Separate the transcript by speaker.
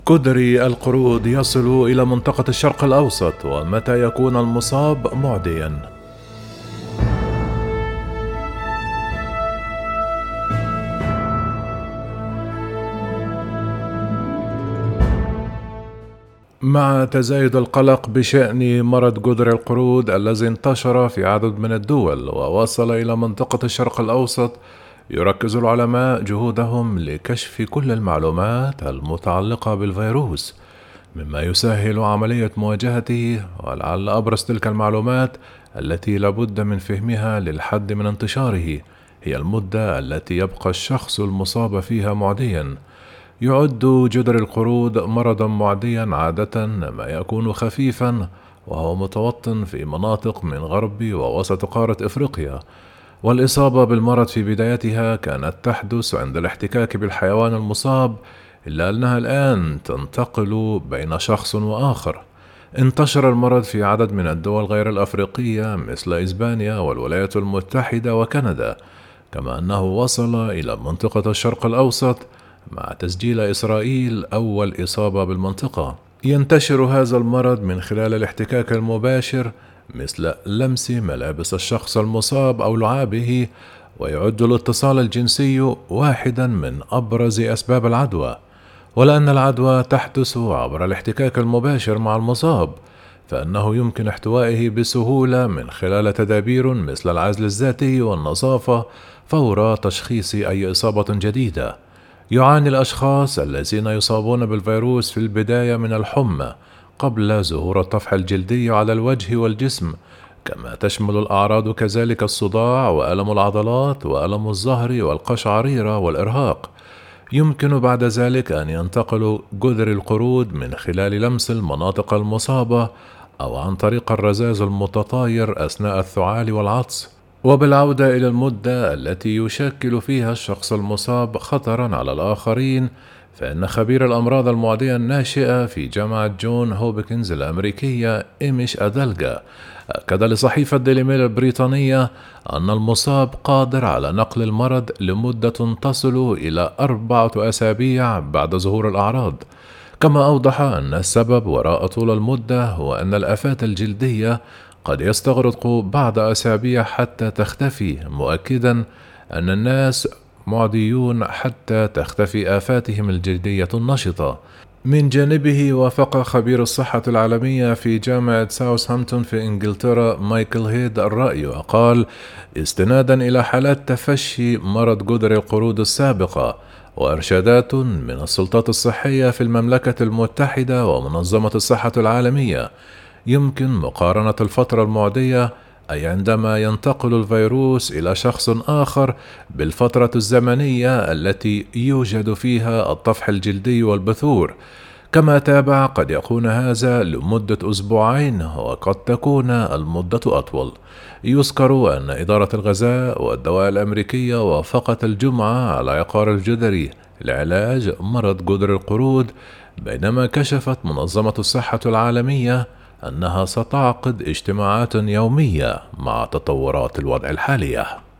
Speaker 1: جدري القرود يصل إلى منطقة الشرق الأوسط، ومتى يكون المصاب معديا؟ مع تزايد القلق بشأن مرض جدري القرود الذي انتشر في عدد من الدول ووصل إلى منطقة الشرق الأوسط، يركز العلماء جهودهم لكشف كل المعلومات المتعلقة بالفيروس، مما يسهل عملية مواجهته. ولعل أبرز تلك المعلومات التي لابد من فهمها للحد من انتشاره هي المدة التي يبقى الشخص المصاب فيها معديا. يعد جدري القرود مرضا معديا عادة ما يكون خفيفا، وهو متوطن في مناطق من غرب ووسط قارة إفريقيا، والإصابة بالمرض في بدايتها كانت تحدث عند الاحتكاك بالحيوان المصاب، إلا أنها الآن تنتقل بين شخص وآخر. انتشر المرض في عدد من الدول غير الأفريقية مثل إسبانيا والولايات المتحدة وكندا، كما أنه وصل إلى منطقة الشرق الأوسط مع تسجيل إسرائيل أول إصابة بالمنطقة. ينتشر هذا المرض من خلال الاحتكاك المباشر مثل لمس ملابس الشخص المصاب أو لعابه، ويعد الاتصال الجنسي واحدا من أبرز أسباب العدوى. ولأن العدوى تحدث عبر الاحتكاك المباشر مع المصاب، فإنه يمكن احتوائه بسهولة من خلال تدابير مثل العزل الذاتي والنظافة فور تشخيص أي إصابة جديدة. يعاني الأشخاص الذين يصابون بالفيروس في البداية من الحمى قبل ظهور الطفح الجلدي على الوجه والجسم، كما تشمل الأعراض كذلك الصداع وألم العضلات وألم الظهر والقشعريرة والإرهاق. يمكن بعد ذلك أن ينتقل جدري القرود من خلال لمس المناطق المصابة أو عن طريق الرذاذ المتطاير أثناء الثعال والعطس. وبالعودة إلى المدة التي يشكل فيها الشخص المصاب خطرًا على الآخرين، فإن خبير الأمراض المعدية الناشئة في جامعة جون هوبكنز الأمريكية إيميش أدلجا أكد لصحيفة ديلي ميل البريطانية أن المصاب قادر على نقل المرض لمدة تصل إلى 4 أسابيع بعد ظهور الأعراض. كما أوضح أن السبب وراء طول المدة هو أن الآفات الجلدية قد يستغرق بعض أسابيع حتى تختفي، مؤكدا أن الناس معديون حتى تختفي آفاتهم الجلدية النشطة. من جانبه وافق خبير الصحة العالمية في جامعة ساوثهامبتون في إنجلترا مايكل هيد الرأي، وقال استنادا إلى حالات تفشي مرض جدري القرود السابقة وإرشادات من السلطات الصحية في المملكة المتحدة ومنظمة الصحة العالمية، يمكن مقارنة الفترة المعدية، أي عندما ينتقل الفيروس إلى شخص آخر، بالفترة الزمنية التي يوجد فيها الطفح الجلدي والبثور. كما تابع قد يكون هذا لمدة أسبوعين، وقد تكون المدة أطول. يذكر أن إدارة الغذاء والدواء الأمريكية وافقت الجمعة على عقار الجدري لعلاج مرض جدري القرود، بينما كشفت منظمة الصحة العالمية أنها ستعقد اجتماعات يومية مع تطورات الوضع الحالية.